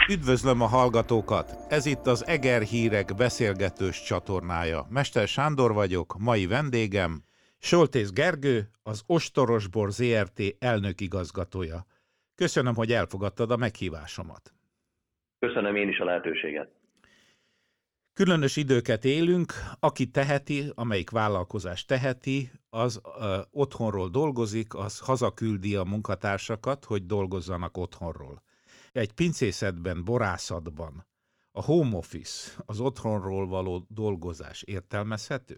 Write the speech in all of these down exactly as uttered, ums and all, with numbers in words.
Üdvözlöm a hallgatókat! Ez itt az Eger Hírek beszélgetős csatornája. Mester Sándor vagyok, mai vendégem Soltész Gergő, az Ostorosbor zé er té elnök igazgatója. Köszönöm, hogy elfogadtad a meghívásomat. Köszönöm én is a lehetőséget. Különös időket élünk, aki teheti, amelyik vállalkozás teheti, az ö, otthonról dolgozik, az hazaküldi a munkatársakat, hogy dolgozzanak otthonról. Egy pincészetben, borászatban a home office, az otthonról való dolgozás értelmezhető?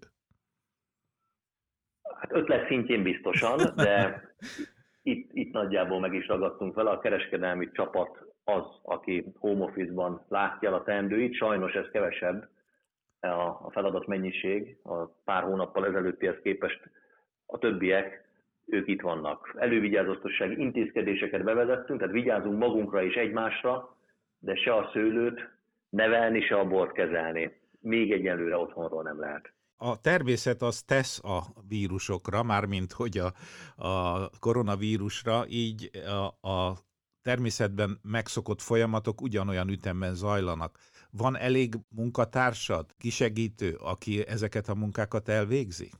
Hát ötlet szintjén biztosan, de itt, itt nagyjából meg is ragadtunk vele. A kereskedelmi csapat az, aki home office-ban látja el a teendőit. Sajnos ez kevesebb a feladat mennyiség a pár hónappal ezelőttihez képest. A többiek, ők itt vannak. Elővigyázatossági intézkedéseket bevezettünk, tehát vigyázunk magunkra és egymásra, de se a szőlőt nevelni, se a bort kezelni. Még egyelőre otthonról nem lehet. A természet az tesz a vírusokra, mármint hogy a, a koronavírusra, így a, a természetben megszokott folyamatok ugyanolyan ütemben zajlanak. Van elég munkatársad, kisegítő, aki ezeket a munkákat elvégzi?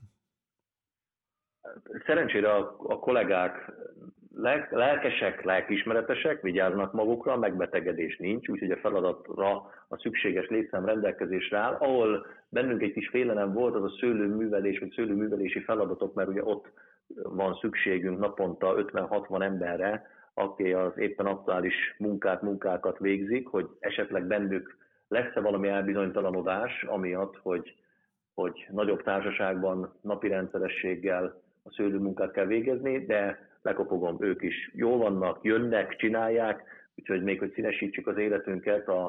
Szerencsére a, a kollégák lelk, lelkesek, lelkiismeretesek, vigyáznak magukra, megbetegedés nincs, úgyhogy a feladatra a szükséges létszám rendelkezésre áll. Ahol bennünk egy kis félelem volt, az a szőlőművelés, vagy szőlőművelési feladatok, mert ugye ott van szükségünk naponta ötven-hatvan emberre, aki az éppen aktuális munkát, munkákat végzik, hogy esetleg bennük lesz-e valami elbizonytalanodás, amiatt, hogy, hogy nagyobb társaságban napi rendszerességgel a szőlőmunkát kell végezni, de lekopogom, ők is jól vannak, jönnek, csinálják, úgyhogy még hogy színesítsük az életünket, a,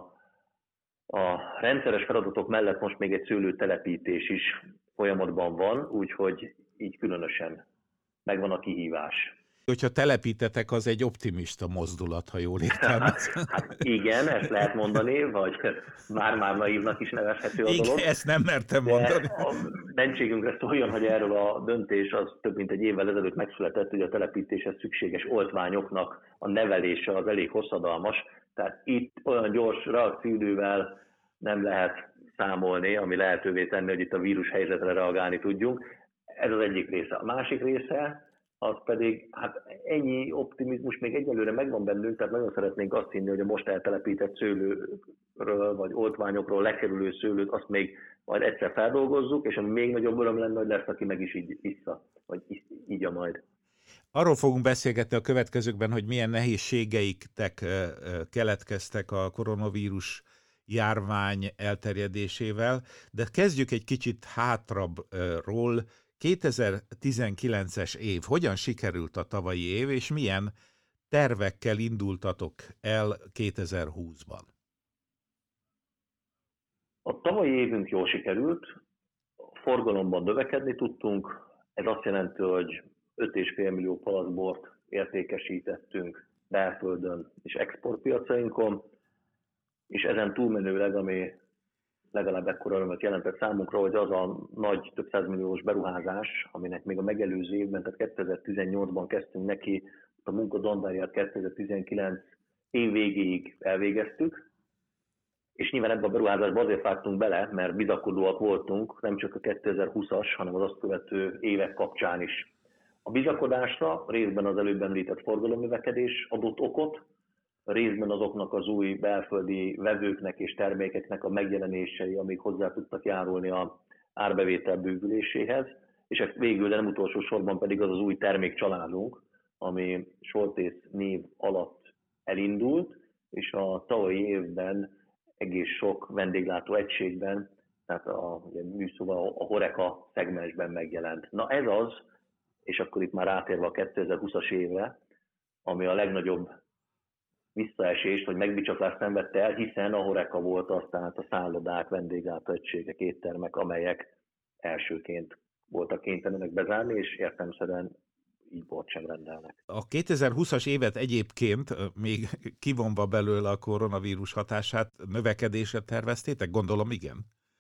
a rendszeres feladatok mellett most még egy szőlőtelepítés is folyamatban van, úgyhogy így különösen megvan a kihívás. Hogyha telepítetek, az egy optimista mozdulat, ha jól értelmezem. Hát igen, ezt lehet mondani, vagy már-már naívnak is nevezhető a dolog. Igen, ezt nem mertem de mondani. A mentségünkre szóljon, hogy erről a döntés az több mint egy évvel ezelőtt megszületett, hogy a telepítéshez szükséges oltványoknak a nevelése az elég hosszadalmas, tehát itt olyan gyors reakcióidővel nem lehet számolni, ami lehetővé tenni, hogy itt a vírus helyzetre reagálni tudjunk. Ez az egyik része. A másik része, az pedig, hát ennyi optimizmus még egyelőre megvan bennünk, tehát nagyon szeretnénk azt hinni, hogy a most eltelepített szőlőről, vagy oltványokról lekerülő szőlőt, azt még majd egyszer feldolgozzuk, és ami még nagyobb öröm lenne, hogy lesz, aki meg is így vissza, vagy így a majd. Arról fogunk beszélgetni a következőkben, hogy milyen nehézségeiktek keletkeztek a koronavírus járvány elterjedésével, de kezdjük egy kicsit hátrabbról. kétezer-tizenkilences év. Hogyan sikerült a tavalyi év, és milyen tervekkel indultatok el kétezer-húszban? A tavalyi évünk jól sikerült, forgalomban növekedni tudtunk, ez azt jelenti, hogy öt egész öt millió palack bort értékesítettünk belföldön és exportpiacainkon, és ezen túlmenőleg, ami legalább ekkora örömet jelentett számunkra, hogy az a nagy több százmilliós beruházás, aminek még a megelőző évben, tehát kétezer-tizennyolcban kezdtünk neki, a munkadondáját kétezer-tizenkilenc év végéig elvégeztük, és nyilván ebben a beruházásban azért vágtunk bele, mert bizakodóak voltunk, nem csak a kétezer-húszas, hanem az azt követő évek kapcsán is. A bizakodásra részben az előbb említett forgalomnövekedés adott okot, részben azoknak az új belföldi vevőknek és termékeknek a megjelenései, amik hozzá tudtak járulni az árbevétel bővüléséhez, és végül, de nem utolsó sorban pedig az az új termékcsaládunk, ami Soltész név alatt elindult, és a tavalyi évben egész sok vendéglátó egységben, tehát a, műszóval a HoReCa szegmensben megjelent. Na ez az, és akkor itt már átérve a kétezer-húszas évre, ami a legnagyobb visszaesést, vagy megbicsaklást szenvedte el, hiszen a HoReCa volt az, tehát a szállodák, vendéglátó egységek, éttermek, amelyek elsőként voltak kénytelenek bezárni, és értelemszerűen így bort sem rendelnek. A kétezer-húszas évet egyébként, még kivonva belőle a koronavírus hatását, növekedésre terveztétek? Gondolom, igen?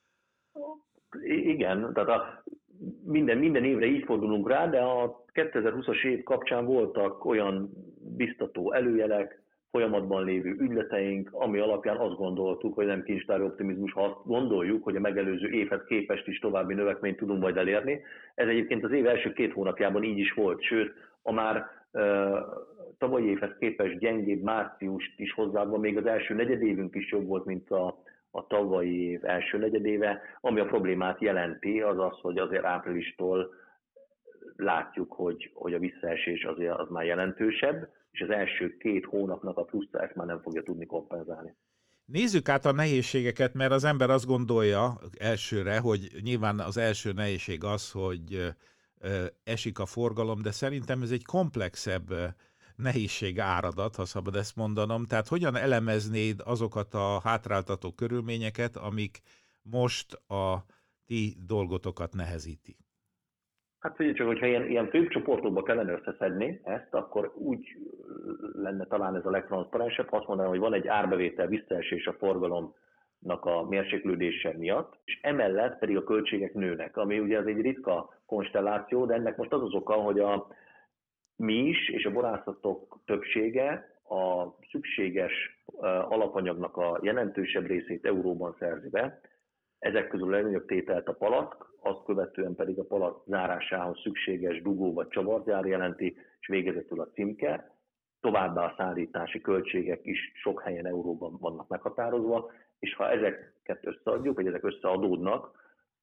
I- igen, tehát a, minden, minden évre így fordulunk rá, de a kétezer-húszas év kapcsán voltak olyan biztató előjelek, folyamatban lévő ügyleteink, ami alapján azt gondoltuk, hogy nem kincstári optimizmus, ha azt gondoljuk, hogy a megelőző évhez képest is további növekményt tudunk majd elérni. Ez egyébként az év első két hónapjában így is volt, sőt, a már uh, tavalyi évhez képest gyengébb márciust is hozzáadva, még az első negyedévünk is jobb volt, mint a, a tavalyi év első negyedéve. Ami a problémát jelenti, az az, hogy azért áprilistól látjuk, hogy, hogy a visszaesés azért az már jelentősebb, és az első két hónapnak a plusz ezt már nem fogja tudni kompenzálni. Nézzük át a nehézségeket, mert az ember azt gondolja elsőre, hogy nyilván az első nehézség az, hogy esik a forgalom, de szerintem ez egy komplexebb nehézség áradat, ha szabad ezt mondanom. Tehát hogyan elemeznéd azokat a hátráltató körülményeket, amik most a ti dolgotokat nehezíti? Hát figyelj csak, hogyha ilyen, ilyen főbb csoportokba kellene összeszedni ezt, akkor úgy lenne talán ez a legtranszparensebb, azt mondanám, hogy van egy árbevétel visszaesés a forgalomnak a mérséklődése miatt, és emellett pedig a költségek nőnek, ami ugye az egy ritka konstelláció, de ennek most az az oka, hogy a, mi is és a borászatok többsége a szükséges alapanyagnak a jelentősebb részét euróban szerzi be. Ezek közül a legnagyobb tételt a palack, azt követően pedig a palack zárásához szükséges dugó vagy csavargyár jelenti, és végezetül a címke. Továbbá a szállítási költségek is sok helyen euróban vannak meghatározva, és ha ezeket összeadjuk, vagy ezek összeadódnak,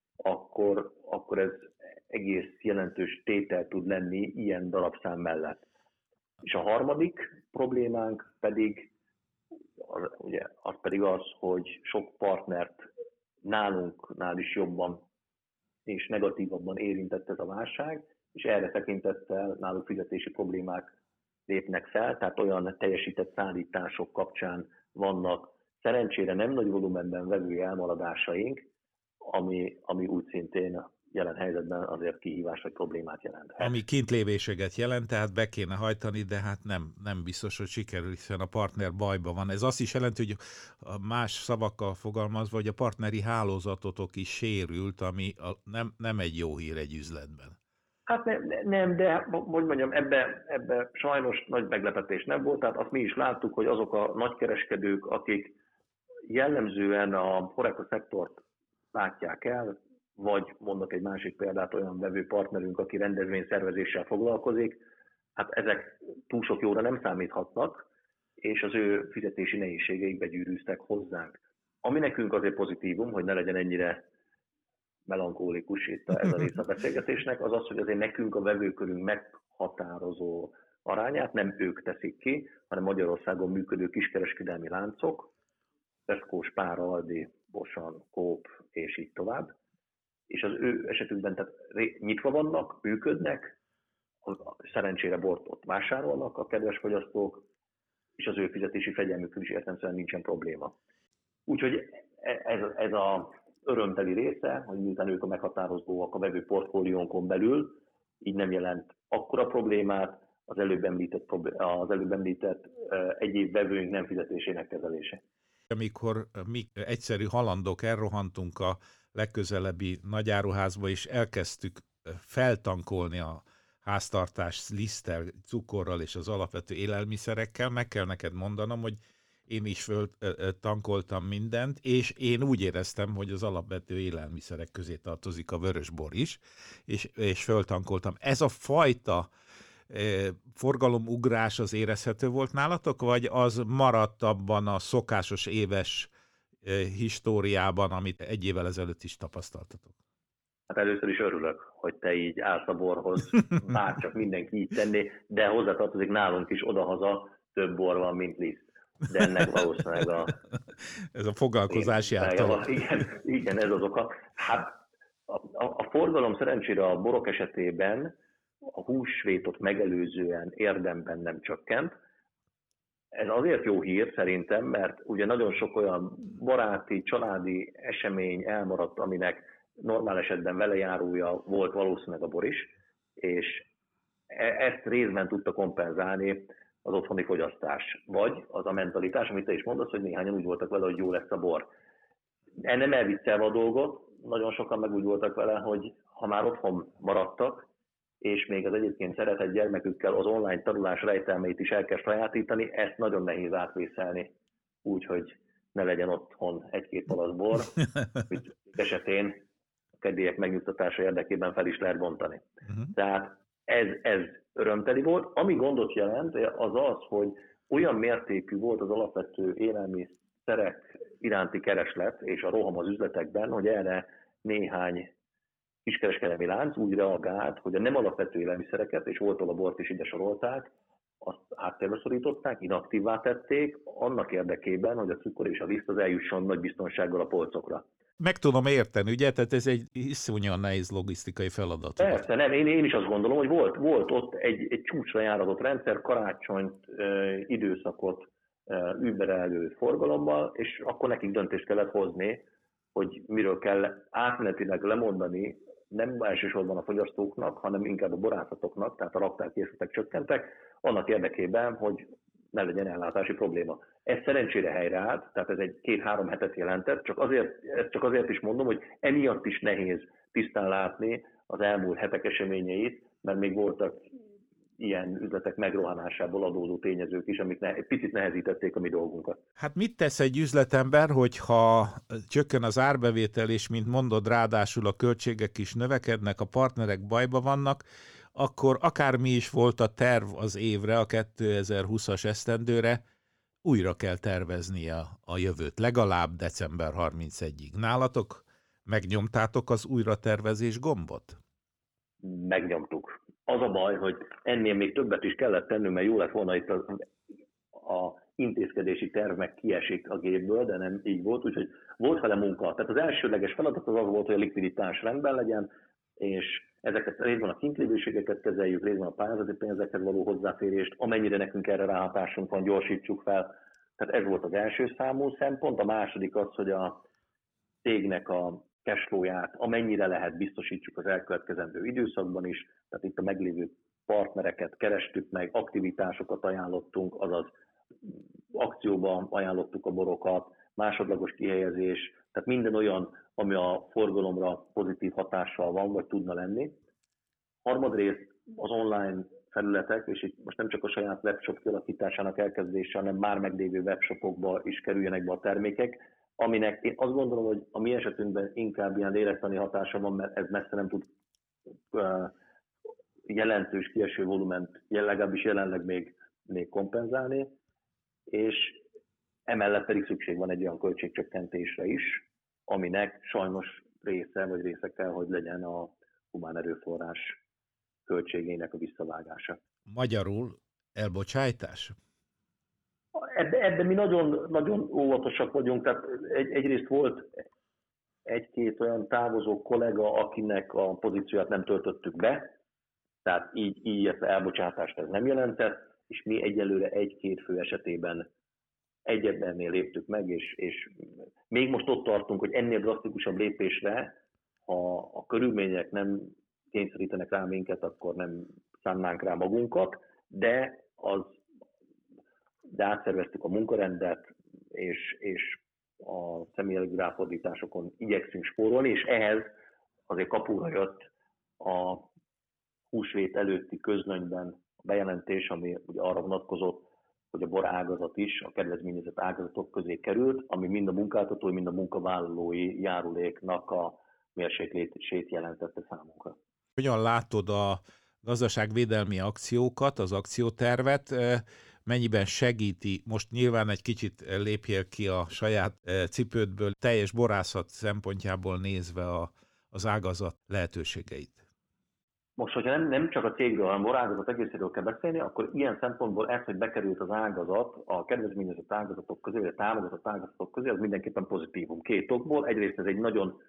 akkor, akkor ez egész jelentős tétel tud lenni ilyen darabszám mellett. És a harmadik problémánk pedig, az, ugye, az pedig az, hogy sok partnert nálunknál is jobban és negatívabban érintett ez a válság, és erre tekintettel náluk fizetési problémák lépnek fel, tehát olyan teljesített szállítások kapcsán vannak szerencsére nem nagy volumenben vevő elmaradásaink, ami, ami úgy szintén jelen helyzetben azért kihívás vagy problémát jelent. Ami kintlévéseget jelent, tehát be kéne hajtani, de hát nem, nem biztos, hogy sikerül, hiszen a partner bajban van. Ez azt is jelenti, hogy más szavakkal fogalmazva, hogy a partneri hálózatotok is sérült, ami a, nem, nem egy jó hír egy üzletben. Hát nem, nem de hogy mondjam, ebbe, ebbe sajnos nagy meglepetés nem volt, tehát azt mi is láttuk, hogy azok a nagykereskedők, akik jellemzően a HoReCa szektort látják el, vagy mondok egy másik példát, olyan vevő partnerünk, aki rendezvényszervezéssel foglalkozik, hát ezek túl sok jóra nem számíthatnak, és az ő fizetési nehézségeik begyűrűztek hozzánk. Ami nekünk azért pozitívum, hogy ne legyen ennyire melankólikus itt ez a rész a beszélgetésnek, az az, hogy azért nekünk a vevőkörünk meghatározó arányát nem ők teszik ki, hanem Magyarországon működő kiskereskedelmi láncok, Tesco, Spar, Aldi, Bosan, Coop és így tovább. És az ő esetükben tehát nyitva vannak, működnek, szerencsére bort ott vásárolnak a kedves fogyasztók, és az ő fizetési fegyelmükön is értelemszerűen nincsen probléma. Úgyhogy ez, ez az örömteli része, hogy miután ők a meghatározóak a vevő portfóliónkon belül, így nem jelent akkora problémát az előbb említett, az előbb említett egyéb vevőink nem fizetésének kezelése. Amikor mi egyszerű halandók elrohantunk a legközelebbi nagyáruházba, és elkezdtük feltankolni a háztartás liszttel, cukorral és az alapvető élelmiszerekkel, meg kell neked mondanom, hogy én is föltankoltam mindent, és én úgy éreztem, hogy az alapvető élelmiszerek közé tartozik a vörösbor is, és, és föltankoltam. Ez a fajta forgalomugrás az érezhető volt nálatok, vagy az maradt abban a szokásos éves históriában, amit egy évvel ezelőtt is tapasztaltatok? Hát először is örülök, hogy te így állsz a borhoz, bárcsak mindenki így tenné, de hozzátartozik nálunk is odahaza több bor van, mint liszt. De ennek valószínűleg a... Ez a foglalkozás járta. Igen, igen, ez az oka. Hát a, a, a forgalom szerencsére a borok esetében a húsvétot megelőzően érdemben nem csökkent. Ez azért jó hír szerintem, mert ugye nagyon sok olyan baráti, családi esemény elmaradt, aminek normál esetben velejárója volt valószínűleg a bor is, és ezt részben tudta kompenzálni az otthoni fogyasztás. Vagy az a mentalitás, amit te is mondasz, hogy néhányan úgy voltak vele, hogy jó lesz a bor. Nem elviccelve a dolgot, nagyon sokan meg úgy voltak vele, hogy ha már otthon maradtak, és még az egyébként szeretett gyermekükkel az online tanulás rejtelmeit is el kell sajátítani, ezt nagyon nehéz átvészelni, úgyhogy ne legyen otthon egy-két palack bor, hogy esetén a kedélyek megnyugtatása érdekében fel is lehet bontani. Uh-huh. Tehát ez, ez örömteli volt. Ami gondot jelent, az az, hogy olyan mértékű volt az alapvető élelmiszerek iránti kereslet és a roham az üzletekben, hogy erre néhány kiskereskedelmi lánc úgy reagált, hogy a nem alapvető élelmiszereket, és volt, ahol a bort is ide sorolták, azt háttérbe szorították, inaktívvá tették, annak érdekében, hogy a cukor és a liszt az eljusson nagy biztonsággal a polcokra. Meg tudom érteni, ugye? Tehát ez egy iszonyúan nehéz logisztikai feladat. Persze, nem, én, én is azt gondolom, hogy volt, volt ott egy, egy csúcsra járatott rendszer, karácsonyt, e, időszakot e, überelő forgalommal, és akkor nekik döntést kellett hozni, hogy miről kell átmenetileg lemondani, nem elsősorban a fogyasztóknak, hanem inkább a borászatoknak, tehát a raktárkészletek csökkentek, annak érdekében, hogy ne legyen ellátási probléma. Ez szerencsére helyreállt, tehát ez egy két-három hetet jelentett, csak azért, ezt csak azért is mondom, hogy emiatt is nehéz tisztán látni az elmúlt hetek eseményeit, mert még voltak ilyen üzletek megrohanásából adódó tényezők is, amik ne, picit nehezítették a mi dolgunkat. Hát mit tesz egy üzletember, hogyha csökken az árbevétel, és mint mondod, ráadásul a költségek is növekednek, a partnerek bajba vannak, akkor akármi is volt a terv az évre, a kétezer-húszas esztendőre, újra kell tervezni a, a jövőt, legalább december harmincegyedikéig. Nálatok megnyomtátok az újratervezés gombot? Megnyomtuk. Az a baj, hogy ennél még többet is kellett tennünk, mert jó lett volna itt a, a intézkedési terv meg kiesik a gépből, de nem így volt, úgyhogy volt vele munka. Tehát az elsődleges feladat az az volt, hogy a likviditás rendben legyen, és ezeket részben a kintlévőségeket kezeljük, részben a pályázati pénzekhez való hozzáférést, amennyire nekünk erre ráhatásunk van, gyorsítsuk fel. Tehát ez volt az első számú szempont. A második az, hogy a cégnek a cashflow-ját amennyire lehet biztosítsuk az elkövetkezendő időszakban is, tehát itt a meglévő partnereket kerestük meg, aktivitásokat ajánlottunk, azaz akcióban ajánlottuk a borokat, másodlagos kihelyezés, tehát minden olyan, ami a forgalomra pozitív hatással van, vagy tudna lenni. Harmadrészt az online felületek, és itt most nem csak a saját webshop kialakításának elkezdése, hanem már meglévő webshopokba is kerüljenek be a termékek, aminek én azt gondolom, hogy a mi esetünkben inkább ilyen lélektani hatása van, mert ez messze nem tud uh, jelentős kieső volument, legalábbis jelenleg még, még kompenzálni, és emellett pedig szükség van egy olyan költségcsökkentésre is, aminek sajnos része, vagy része kell, hogy legyen a humán erőforrás költségének a visszavágása. Magyarul elbocsájtás? Ebben ebbe mi nagyon, nagyon óvatosak vagyunk, tehát egy, egyrészt volt egy-két olyan távozó kollega, akinek a pozícióját nem töltöttük be, tehát így, így ezt elbocsátást ez nem jelentett, és mi egyelőre egy-két fő esetében egy embernél léptük meg, és, és még most ott tartunk, hogy ennél drasztikusabb lépésre, ha a körülmények nem kényszerítenek rá minket, akkor nem szánnánk rá magunkat, de az de átszerveztük a munkarendet, és, és a személyelegi ráfordításokon igyekszünk spórolni, és ehhez azért kapura jött a húsvét előtti közlönyben a bejelentés, ami ugye arra vonatkozott, hogy a bor ágazat is a kedvezményezett ágazatok közé került, ami mind a munkáltatói, mind a munkavállalói járuléknak a mérséklését jelentette számunkra. Hogyan látod a gazdaságvédelmi akciókat, az akciótervet, mennyiben segíti, most nyilván egy kicsit lépjél ki a saját cipődből, teljes borászat szempontjából nézve a, az ágazat lehetőségeit? Most, hogyha nem, nem csak a cégről, hanem borágazat egészéről kell beszélni, akkor ilyen szempontból ez, hogy bekerült az ágazat a kedvezményezett ágazatok közé, vagy a támogatott ágazatok közé, az mindenképpen pozitívum. Két okból. Egyrészt ez egy nagyon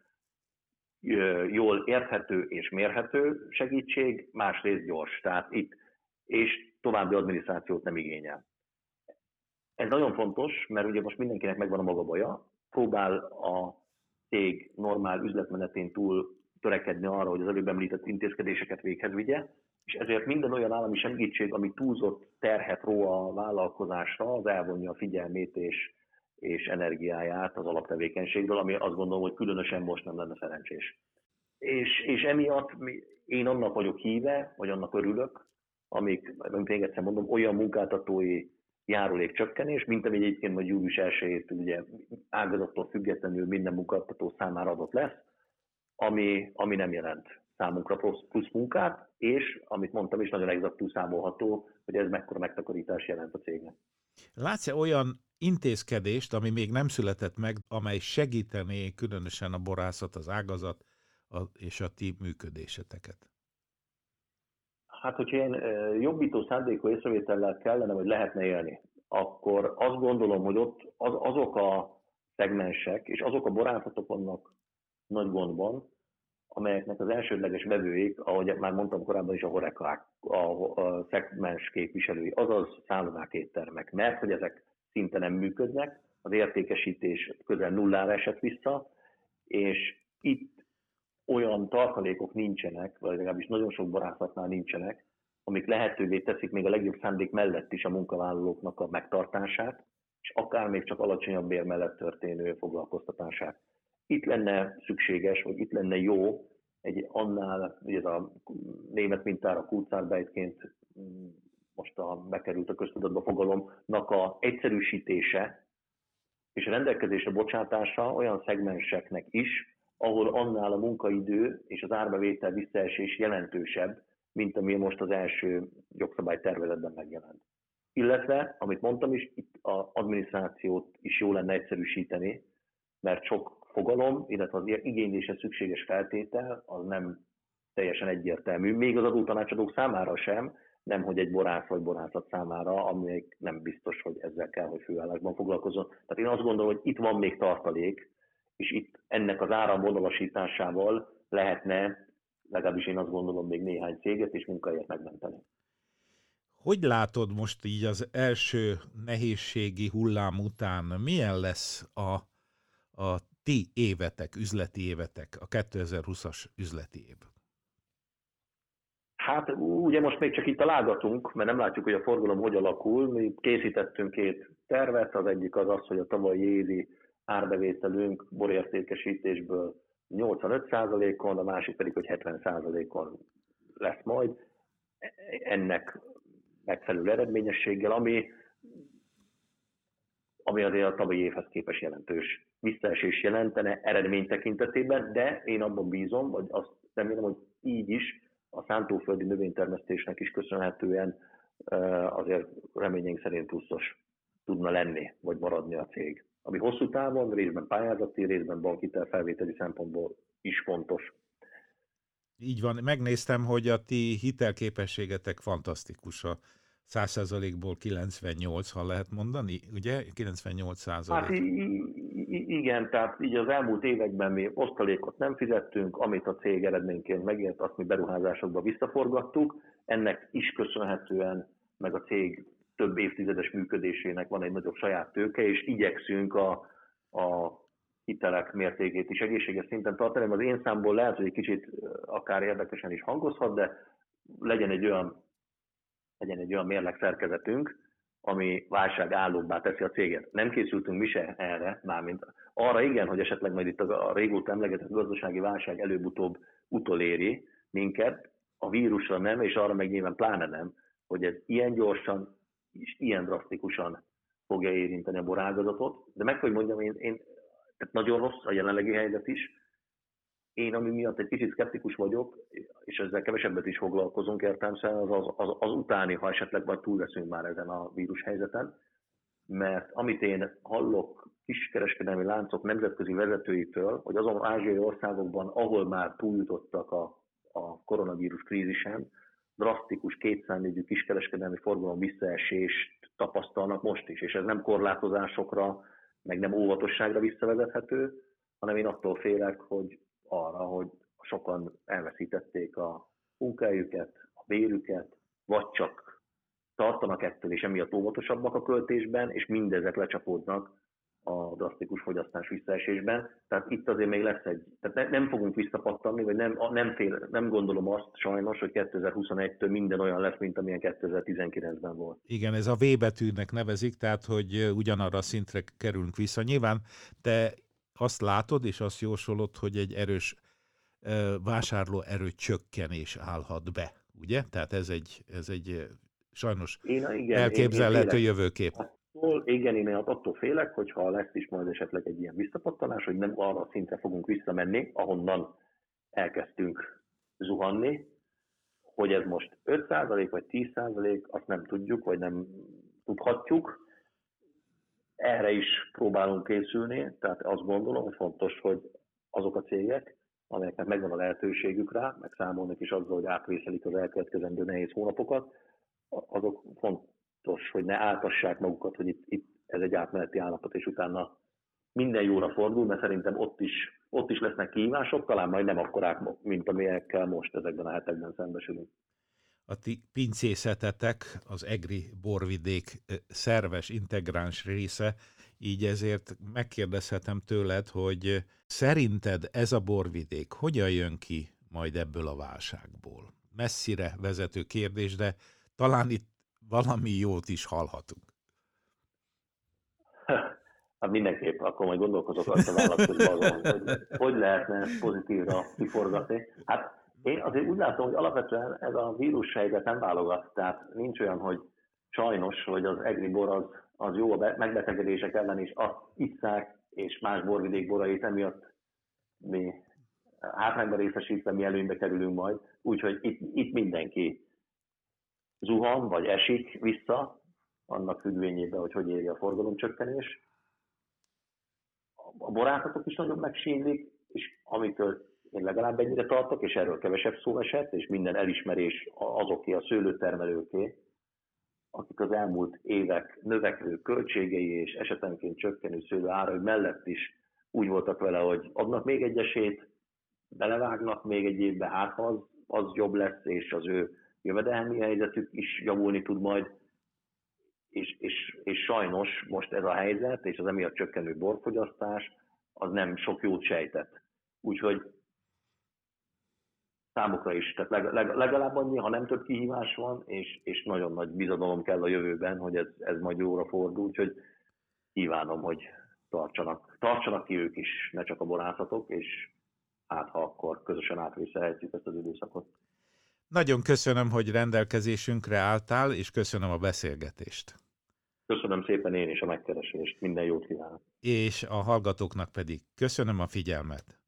jól érthető és mérhető segítség, másrészt gyors. Tehát itt, és további adminisztrációt nem igényel. Ez nagyon fontos, mert ugye most mindenkinek megvan a maga baja, próbál a cég normál üzletmenetén túl törekedni arra, hogy az előbb említett intézkedéseket véghez vigye, és ezért minden olyan állami segítség, ami túlzott terhet ró a vállalkozásra, az elvonja a figyelmét és, és energiáját az alaptevékenységről, ami azt gondolom, hogy különösen most nem lenne szerencsés. És, és emiatt mi Én annak vagyok híve, vagy annak örülök, amik, még egyszer mondom, olyan munkáltatói járulékcsökkenés, mint ami egyébként majd július elsejétől ugye ágazattól függetlenül minden munkáltató számára adott lesz, ami, ami nem jelent számunkra plusz, plusz munkát, és amit mondtam is, nagyon exaktú számolható, hogy ez mekkora megtakarítás jelent a cégnek. Látsz-e olyan intézkedést, ami még nem született meg, amely segítené különösen a borászat, az ágazat a, és a ti működéseteket? Hát, hogyha ilyen jobbító szándékú észrevétellel kellene, vagy lehetne élni, akkor azt gondolom, hogy ott az, azok a szegmensek, és azok a borászatok vannak nagy gondban, amelyeknek az elsődleges vevőik, ahogy már mondtam korábban is, a horekák, a, a szegmens képviselői, azaz szállodák, éttermek, mert hogy ezek szinte nem működnek, az értékesítés közel nullára esett vissza, és itt olyan tartalékok nincsenek, vagy legalábbis nagyon sok borászatnál nincsenek, amik lehetővé teszik még a legjobb szándék mellett is a munkavállalóknak a megtartását, és akár még csak alacsonyabb bér mellett történő foglalkoztatását. Itt lenne szükséges, vagy itt lenne jó egy annál, ugye ez a német mintára Kurzarbeitként most a, bekerült a köztudatba fogalomnak a egyszerűsítése és a rendelkezésre bocsátása olyan szegmenseknek is, ahol annál a munkaidő és az árbevétel visszaesés jelentősebb, mint ami most az első jogszabálytervezetben megjelent. Illetve, amit mondtam is, itt az adminisztrációt is jó lenne egyszerűsíteni, mert sok fogalom, illetve az igénylésre szükséges feltétel, az nem teljesen egyértelmű. Még az adótanácsadók számára sem, nem hogy egy borász vagy borászat számára, ami nem biztos, hogy ezzel kell, hogy főállásban foglalkozzon. Tehát én azt gondolom, hogy itt van még tartalék, és itt ennek az áramvonalasításával lehetne, legalábbis én azt gondolom, még néhány céget és munkahelyet megmenteni. Hogy látod most így az első nehézségi hullám után, milyen lesz a, a ti évetek, üzleti évetek, a kétezer-húszas üzleti év? Hát ugye most még csak itt találgatunk, mert nem látjuk, hogy a forgalom hogy alakul. Mi készítettünk két tervet, az egyik az az, hogy a tavalyi évi árbevételünk borértékesítésből nyolcvanöt százalékon, a másik pedig, hogy hetven százalékon lesz majd. Ennek megfelelő eredményességgel, ami, ami azért a tavalyi évhez képest jelentős visszaesés jelentene eredmény tekintetében, de én abban bízom, vagy azt remélem, hogy így is a szántóföldi növénytermesztésnek is köszönhetően azért reményénk szerint pluszos tudna lenni, vagy maradni a cég. Ami hosszú távon, részben pályázati, részben bankhitel felvételi szempontból is fontos. Így van, megnéztem, hogy a ti hitelképességetek fantasztikus, a száz százalékból kilencvennyolc, ha lehet mondani, ugye? kilencvennyolc százalék. Hát igen, tehát így az elmúlt években mi osztalékot nem fizettünk, amit a cég eredményként megért, azt mi beruházásokba visszaforgattuk. Ennek is köszönhetően, meg a cég több évtizedes működésének van egy nagyobb saját tőke, és igyekszünk a, a hitelek mértékét is egészséges szinten tartani. Az én számból lehet, hogy egy kicsit akár érdekesen is hangozhat, de legyen egy olyan, legyen egy olyan mérlegszerkezetünk, ami válságállóbbá teszi a céget. Nem készültünk mi se erre, mármint arra igen, hogy esetleg majd itt a régóta emlegetett gazdasági válság előbb-utóbb utoléri minket, a vírusra nem, és arra meg nyilván pláne nem, hogy ez ilyen gyorsan és ilyen drasztikusan fogja érinteni a borágazatot. De meg hogy mondjam, én, én tehát nagyon rossz a jelenlegi helyzet is. Én, ami miatt egy kicsit szkeptikus vagyok, és ezzel kevesebbet is foglalkozunk értelemszerűen, az, az, az, az utáni, ha esetleg majd túl leszünk már ezen a vírus helyzeten. Mert amit én hallok kiskereskedelmi láncok nemzetközi vezetőitől, hogy azon ázsiai országokban, ahol már túljutottak a, a koronavírus krízisen, drasztikus kétszámjegyű kiskereskedelmi forgalom visszaesést tapasztalnak most is, és ez nem korlátozásokra, meg nem óvatosságra visszavezethető, hanem én attól félek, hogy arra, hogy sokan elveszítették a munkahelyüket, a bérüket, vagy csak tartanak ettől, és emiatt óvatosabbak a költésben, és mindezek lecsapódnak a drasztikus fogyasztás visszaesésben. Tehát itt azért még lesz egy, tehát ne, nem fogunk visszapattanni, vagy nem, nem, fél, nem gondolom azt sajnos, hogy kétezer-huszonegytől minden olyan lesz, mint amilyen kétezer-tizenkilencben volt. Igen, ez a V betűnek nevezik, tehát hogy ugyanarra a szintre kerülünk vissza. Nyilván te azt látod, és azt jósolod, hogy egy erős vásárlóerő csökkenés állhat be, ugye? Tehát ez egy, ez egy sajnos Én, igen, elképzelhető én, én jövőkép. attól, igen, én attól félek, hogyha lesz is majd esetleg egy ilyen visszapattanás, hogy nem arra a szintre fogunk visszamenni, ahonnan elkezdtünk zuhanni, hogy ez most öt százalék vagy tíz százalék, azt nem tudjuk, vagy nem tudhatjuk. Erre is próbálunk készülni, tehát azt gondolom, hogy fontos, hogy azok a cégek, amelyeknek megvan a lehetőségük rá, meg számolnak is azzal, hogy átvészelik az elkövetkezendő nehéz hónapokat, azok fontos, hogy ne áltassák magukat, hogy itt, itt ez egy átmeneti állapot, és utána minden jóra fordul, mert szerintem ott is, ott is lesznek kihívások, talán majd nem akkorák, mint amelyekkel most ezekben a hetekben szembesülünk. A ti pincészetetek az egri borvidék szerves, integráns része, így ezért megkérdezhetem tőled, hogy szerinted ez a borvidék hogyan jön ki majd ebből a válságból? Messzire vezető kérdés, de talán itt valami jót is hallhatunk. Hát mindenképp, akkor majd gondolkozok azt a választ közben azon, hogy hogy lehetne ezt pozitívra kiforgatni. Hát én azért úgy látom, hogy alapvetően ez a vírushelyzet nem válogat, tehát nincs olyan, hogy sajnos, hogy az egri bor az, az jó a megbetegedések ellen is, azt isszák, és más borvidék borait emiatt mi hátrányba részesítve mi előnybe kerülünk majd. Úgyhogy itt, itt mindenki zuhan, vagy esik vissza, annak függvényében, hogy hogy éri a forgalomcsökkenés. A borászatok is nagyon megsínlik, és amitől én legalább ennyire tartok, és erről kevesebb szó esett, és minden elismerés azoké a szőlőtermelőké, akik az elmúlt évek növekvő költségei és esetenként csökkenő szőlő árai mellett is úgy voltak vele, hogy adnak még egy esélyt, belevágnak még egy évbe, hát ha az, az jobb lesz, és az ő jövedelmi helyzetük is javulni tud majd, és, és, és sajnos most ez a helyzet, és az emiatt csökkenő borfogyasztás, az nem sok jót sejtett. Úgyhogy számukra is, tehát legalább annyi, ha nem több kihívás van, és, és nagyon nagy bizadalom kell a jövőben, hogy ez, ez majd jóra fordul, úgyhogy kívánom, hogy tartsanak, tartsanak ki ők is, ne csak a borászatok, és hát ha akkor közösen átvészelhetjük ezt az időszakot. Nagyon köszönöm, hogy rendelkezésünkre álltál, és köszönöm a beszélgetést. Köszönöm szépen én is a megkeresést, minden jót kívánok. És a hallgatóknak pedig köszönöm a figyelmet.